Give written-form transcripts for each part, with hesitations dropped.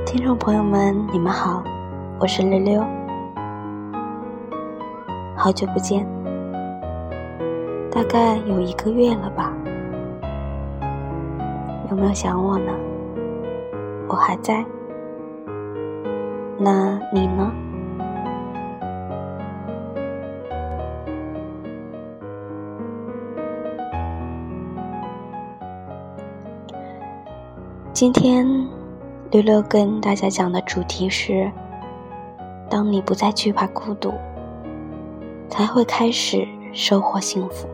听众朋友们，你们好，我是溜溜，好久不见，大概有1个月了吧？有没有想我呢？我还在。那你呢？今天溜溜跟大家讲的主题是：当你不再惧怕孤独，才会开始收获幸福。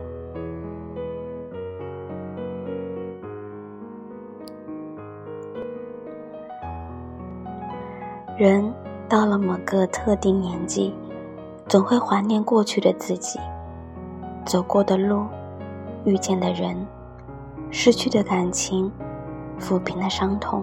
人到了某个特定年纪，总会怀念过去的自己，走过的路，遇见的人，失去的感情，抚平的伤痛。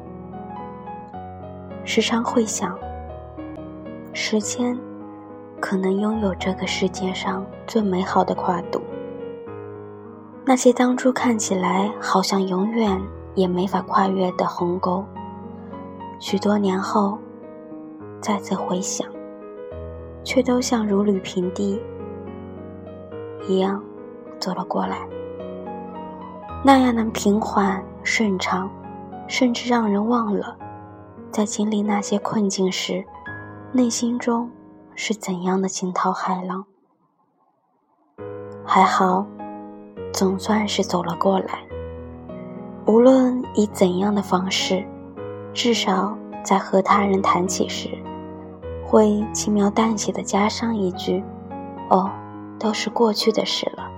时常会想，时间可能拥有这个世界上最美好的跨度。那些当初看起来好像永远也没法跨越的鸿沟，许多年后再次回想，却都像如履平地一样走了过来，那样的平缓顺畅，甚至让人忘了在经历那些困境时，内心中是怎样的惊涛骇浪。还好，总算是走了过来，无论以怎样的方式，至少在和他人谈起时，会轻描淡写地加上一句：哦，都是过去的事了。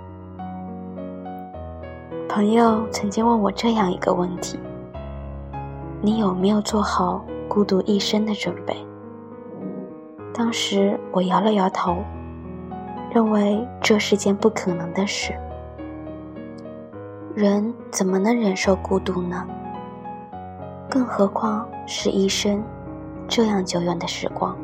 朋友曾经问我这样一个问题：你有没有做好孤独一生的准备？当时我摇了摇头，认为这是件不可能的事。人怎么能忍受孤独呢？更何况是一生这样久远的时光。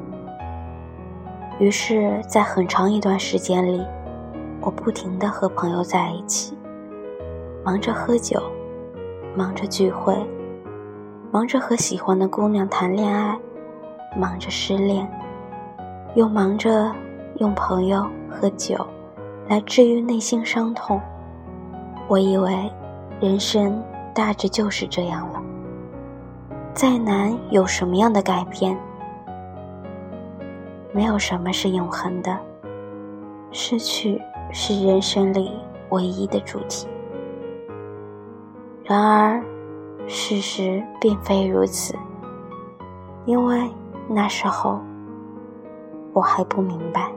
于是在很长一段时间里，我不停地和朋友在一起，忙着喝酒，忙着聚会，忙着和喜欢的姑娘谈恋爱，忙着失恋，又忙着用朋友和酒来治愈内心伤痛。我以为人生大致就是这样了，再难有什么样的改变？没有什么是永恒的，失去是人生里唯一的主题。然而事实并非如此，因为那时候我还不明白。